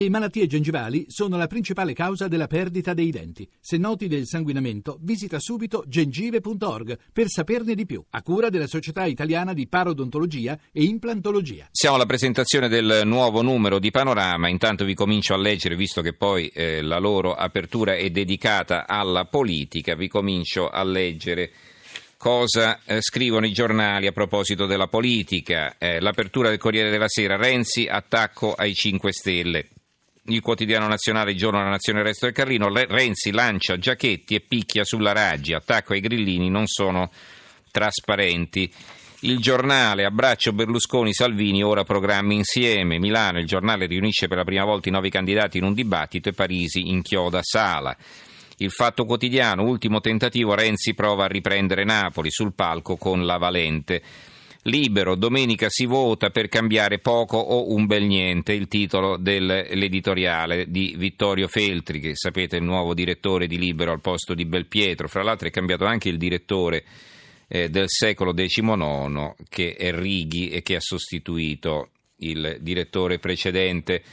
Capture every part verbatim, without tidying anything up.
Le malattie gengivali sono la principale causa della perdita dei denti. Se noti del sanguinamento, visita subito gengive punto org per saperne di più, a cura della Società Italiana di Parodontologia e Implantologia. Siamo alla presentazione del nuovo numero di Panorama. Intanto vi comincio a leggere, visto che poi eh, la loro apertura è dedicata alla politica, vi comincio a leggere cosa eh, scrivono i giornali a proposito della politica. Eh, l'apertura del Corriere della Sera: Renzi, attacco ai cinque Stelle. Il Quotidiano Nazionale, Il Giorno della Nazione, Il Resto del Carlino: Renzi lancia Giachetti e picchia sulla Raggi, attacco ai grillini, non sono trasparenti. Il Giornale: abbraccio Berlusconi, Salvini, ora programmi insieme. Milano, Il Giornale riunisce per la prima volta i nuovi candidati in un dibattito e Parisi inchioda Sala. Il Fatto Quotidiano: ultimo tentativo, Renzi prova a riprendere Napoli, sul palco con la Valente. Libero: domenica si vota per cambiare poco o un bel niente, il titolo dell'editoriale di Vittorio Feltri, che sapete è il nuovo direttore di Libero al posto di Belpietro. Fra l'altro è cambiato anche il direttore eh, del Secolo diciannove, che è Righi, e che ha sostituito il direttore precedente.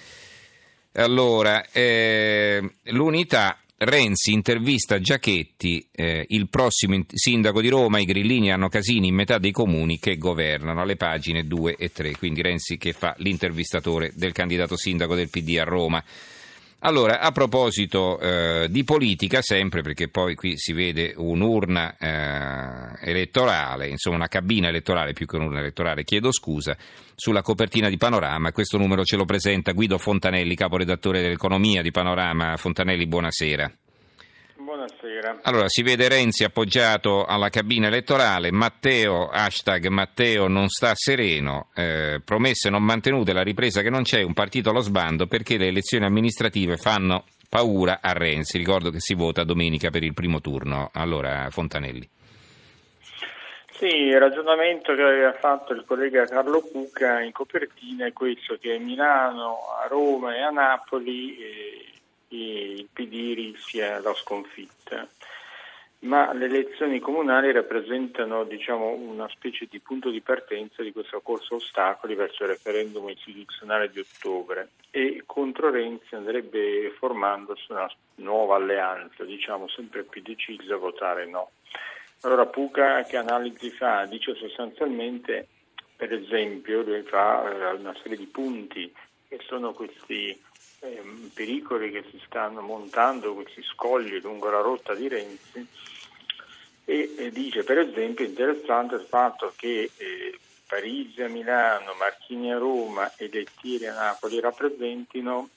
Allora, eh, l'Unità: Renzi intervista Giachetti, eh, il prossimo sindaco di Roma, i grillini hanno casini in metà dei comuni che governano, alle pagine due e tre, quindi Renzi che fa l'intervistatore del candidato sindaco del P D a Roma. Allora, a proposito eh, di politica, sempre, perché poi qui si vede un'urna eh, elettorale, insomma una cabina elettorale più che un'urna elettorale, chiedo scusa, sulla copertina di Panorama. Questo numero ce lo presenta Guido Fontanelli, caporedattore dell'economia di Panorama. Fontanelli, buonasera. Buonasera. Allora, si vede Renzi appoggiato alla cabina elettorale, Matteo, hashtag Matteo non sta sereno, eh, promesse non mantenute, la ripresa che non c'è, un partito allo sbando perché le elezioni amministrative fanno paura a Renzi. Ricordo che si vota domenica per il primo turno. Allora, Fontanelli. Sì, il ragionamento che aveva fatto il collega Carlo Cucca in copertina è questo, che a Milano, a Roma e a Napoli eh, il P D rischia la sconfitta, ma le elezioni comunali rappresentano, diciamo, una specie di punto di partenza di questo corso ostacoli verso il referendum istituzionale di ottobre, e contro Renzi andrebbe formandosi una nuova alleanza, diciamo sempre più decisa a votare no. Allora Puca che analisi fa? Dice sostanzialmente, per esempio, lui fa una serie di punti che sono questi eh, pericoli che si stanno montando, questi scogli lungo la rotta di Renzi, e, e dice per esempio interessante il fatto che eh, Parisi a Milano, Marchini a Roma e Lettieri a Napoli rappresentino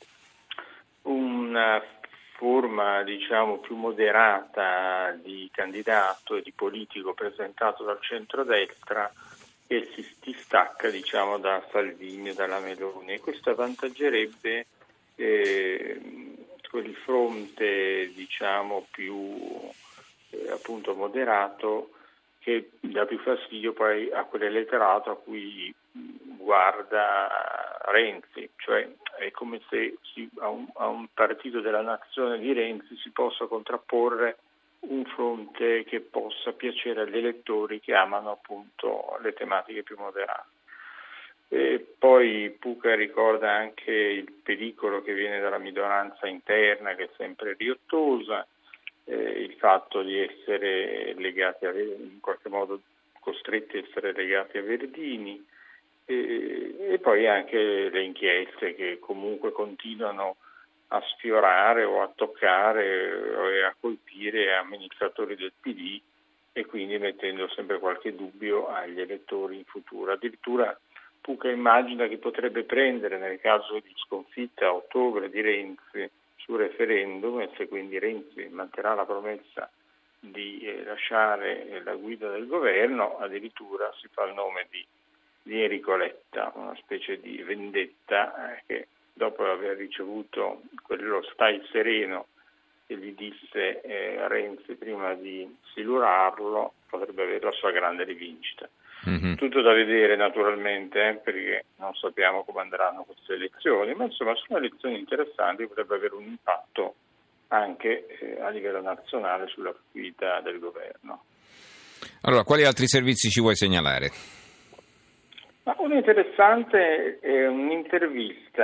una forma, diciamo, più moderata di candidato e di politico presentato dal centrodestra, che si distacca, diciamo, da Salvini e dalla Meloni, e questo avvantaggerebbe eh, quel fronte, diciamo, più eh, appunto moderato, che dà più fastidio poi a quell'elettorato a cui guarda Renzi, cioè è come se si, a, un, a un partito della nazione di Renzi si possa contrapporre un fronte che possa piacere agli elettori che amano appunto le tematiche più moderate. E poi Puca ricorda anche il pericolo che viene dalla minoranza interna, che è sempre riottosa, eh, il fatto di essere legati a, in qualche modo costretti a essere legati a Verdini, e, e poi anche le inchieste che comunque continuano a sfiorare o a toccare e a colpire amministratori del P D, e quindi mettendo sempre qualche dubbio agli elettori in futuro. Addirittura Puca immagina che potrebbe prendere, nel caso di sconfitta a ottobre di Renzi sul referendum, e se quindi Renzi manterrà la promessa di eh, lasciare la guida del governo, addirittura si fa il nome di, di Enrico Letta, una specie di vendetta eh, che dopo aver ricevuto quello stai sereno che gli disse eh, Renzi prima di silurarlo, potrebbe avere la sua grande rivincita. Mm-hmm. Tutto da vedere naturalmente, eh, perché non sappiamo come andranno queste elezioni, ma insomma sono elezioni interessanti, potrebbe avere un impatto anche eh, a livello nazionale sulla guida del governo. Allora, quali altri servizi ci vuoi segnalare? Ma un interessante è un'intervista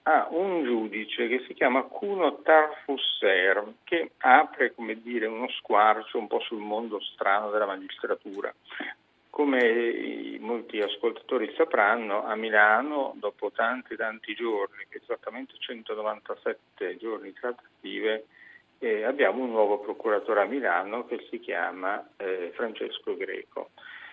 a un giudice che si chiama Kuno Tarfusser, che apre, come dire, uno squarcio un po' sul mondo strano della magistratura. Come molti ascoltatori sapranno, a Milano, dopo tanti tanti giorni, esattamente centonovantasette giorni di trattative, eh, abbiamo un nuovo procuratore a Milano che si chiama eh, Francesco Greco.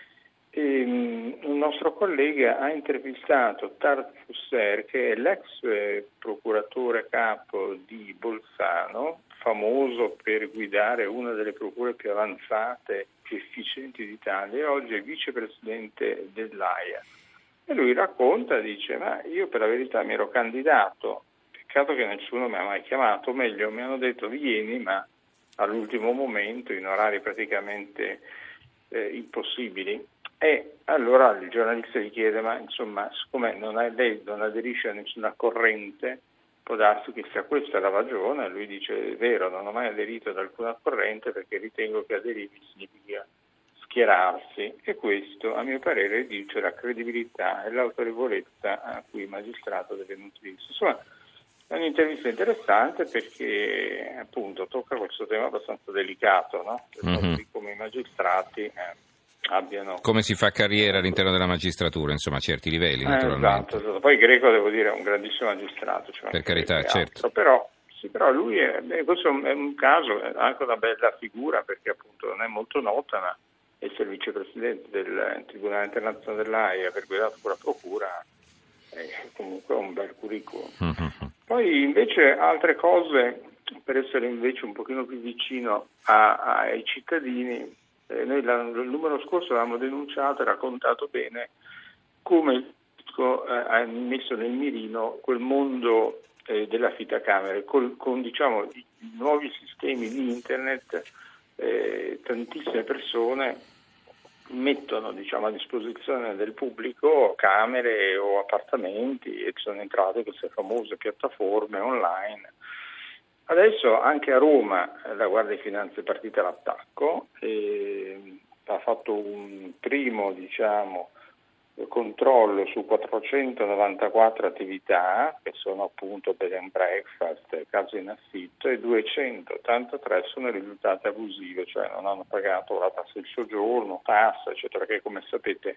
E, um, un nostro collega ha intervistato Tarfusser, che è l'ex eh, procuratore capo di Bolzano, famoso per guidare una delle procure più avanzate, più efficienti d'Italia, e oggi è vicepresidente dell'A I A. E lui racconta, dice, ma io per la verità mi ero candidato, peccato che nessuno mi ha mai chiamato, o meglio mi hanno detto vieni, ma all'ultimo momento, in orari praticamente eh, impossibili. E allora il giornalista gli chiede, ma insomma, siccome non è, lei non aderisce a nessuna corrente, può darsi che sia questa la ragione. Lui dice, è vero, non ho mai aderito ad alcuna corrente perché ritengo che aderire significa schierarsi, e questo a mio parere riduce la credibilità e l'autorevolezza a cui il magistrato deve nutrirsi. Insomma, è un'intervista interessante perché appunto tocca questo tema abbastanza delicato, no? Mm-hmm. Di come i magistrati eh, abbiano... Come si fa carriera all'interno della magistratura, insomma a certi livelli, naturalmente. Eh, esatto, esatto. Poi Greco, devo dire, è un grandissimo magistrato. Cioè per carità, certo. Però, sì, però lui è, beh, questo è un caso, è anche una bella figura perché appunto non è molto nota, ma essere vicepresidente del Tribunale Internazionale dell'A I A, aver guidato quella procura, è comunque un bel curriculum. Mm-hmm. Poi invece altre cose, per essere invece un pochino più vicino a, a, ai cittadini, eh, noi il numero scorso avevamo denunciato e raccontato bene come il fisco eh, ha messo nel mirino quel mondo eh, dell'affittacamere, col, con diciamo i, i nuovi sistemi di internet. Eh, tantissime persone mettono diciamo a disposizione del pubblico camere o appartamenti e sono entrate queste famose piattaforme online. Adesso anche a Roma la Guardia di Finanza è partita all'attacco e ha fatto un primo diciamo controllo su quattrocentonovantaquattro attività che sono appunto bed and breakfast, case in affitto, e duecentottantatré sono risultate abusive, cioè non hanno pagato la tassa di soggiorno, tassa eccetera, che come sapete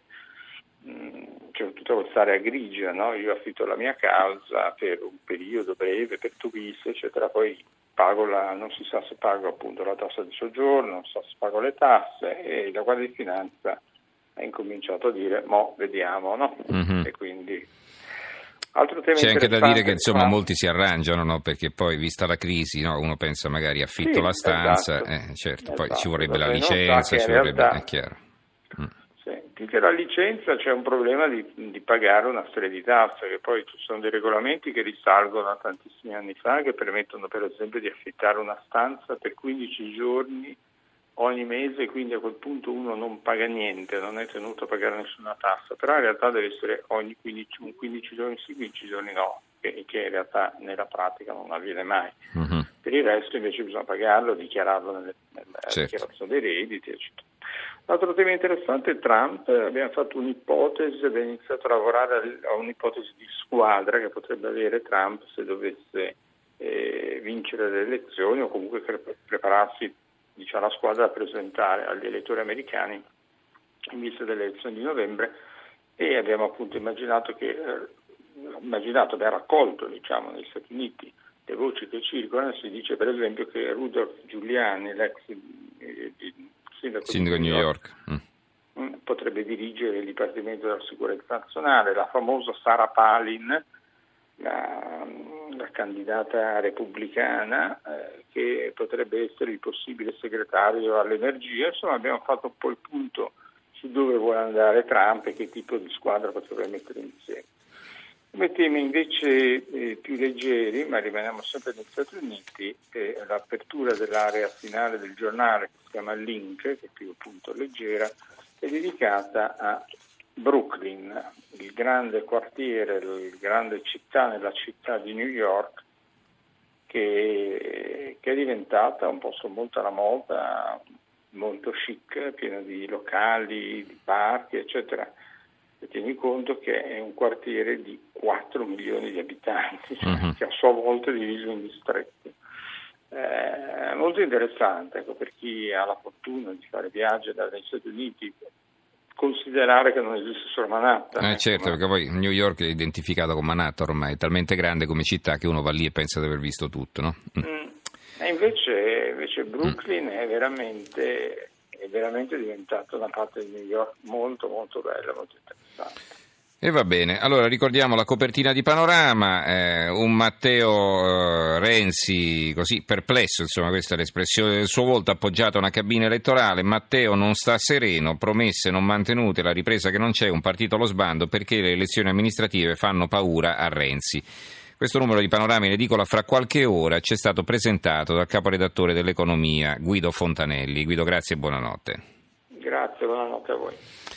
mh, c'è tutta quest'area grigia, no? Io affitto la mia casa per un periodo breve per turisti eccetera, poi pago la, non si sa se pago appunto la tassa di soggiorno, non si sa se pago le tasse, e la Guardia di Finanza ha incominciato a dire, mo vediamo, no? Mm-hmm. E quindi altro tema c'è anche da dire che insomma ma... molti si arrangiano, no? Perché poi vista la crisi, no? Uno pensa magari affitto sì, la stanza, esatto. eh, certo, esatto, poi ci vorrebbe esatto. la licenza, ci vorrebbe, realtà, è chiaro. Mm. Sì, più che la licenza c'è un problema di, di pagare una serie di tasse, che poi ci sono dei regolamenti che risalgono a tantissimi anni fa che permettono per esempio di affittare una stanza per quindici giorni ogni mese, quindi a quel punto uno non paga niente, non è tenuto a pagare nessuna tassa, però in realtà deve essere ogni quindici, quindici giorni sì, quindici giorni no, che, che in realtà nella pratica non avviene mai. Mm-hmm. Per il resto invece bisogna pagarlo, dichiararlo nelle, nella certo. dichiarazione dei redditi, eccetera. L'altro tema interessante è Trump. Abbiamo fatto un'ipotesi, abbiamo iniziato a lavorare a un'ipotesi di squadra che potrebbe avere Trump se dovesse eh, vincere le elezioni o comunque prepararsi diciamo, la squadra da presentare agli elettori americani in vista delle elezioni di novembre, e abbiamo appunto immaginato che eh, immaginato, abbiamo raccolto diciamo negli Stati Uniti le voci che circolano. Si dice per esempio che Rudolph Giuliani, l'ex eh, sindaco, sindaco di New York, York. Mm. potrebbe dirigere il Dipartimento della Sicurezza Nazionale, la famosa Sarah Palin, La, la candidata repubblicana eh, che potrebbe essere il possibile segretario all'energia. Insomma abbiamo fatto un po' il punto su dove vuole andare Trump e che tipo di squadra potrebbe mettere insieme. Come temi invece eh, più leggeri, ma rimaniamo sempre negli Stati Uniti, eh, l'apertura dell'area finale del giornale che si chiama Link, che è più appunto leggera, è dedicata a Brooklyn, il grande quartiere, il grande città nella città di New York, che, che è diventata un posto molto alla moda, molto chic, pieno di locali, di parchi, eccetera. tieni conto che è un quartiere di quattro milioni di abitanti, cioè, uh-huh. che a sua volta è diviso in distretti. È molto interessante, ecco, per chi ha la fortuna di fare viaggi dagli Stati Uniti, considerare che non esiste solo Manhattan. Eh ecco, certo, ma... perché poi New York è identificata con Manhattan ormai, è talmente grande come città che uno va lì e pensa di aver visto tutto, no? Mm. Mm. E invece, invece Brooklyn mm. è veramente è veramente diventata una parte di New York molto molto bella, molto interessante. E va bene, allora ricordiamo la copertina di Panorama, eh, un Matteo eh, Renzi così perplesso, insomma questa è l'espressione del suo volto, appoggiato a una cabina elettorale. Matteo non sta sereno, promesse non mantenute, la ripresa che non c'è, un partito allo sbando perché le elezioni amministrative fanno paura a Renzi. Questo numero di Panorama in edicola fra qualche ora ci è stato presentato dal caporedattore dell'Economia Guido Fontanelli. Guido, grazie e buonanotte. Grazie, buonanotte a voi.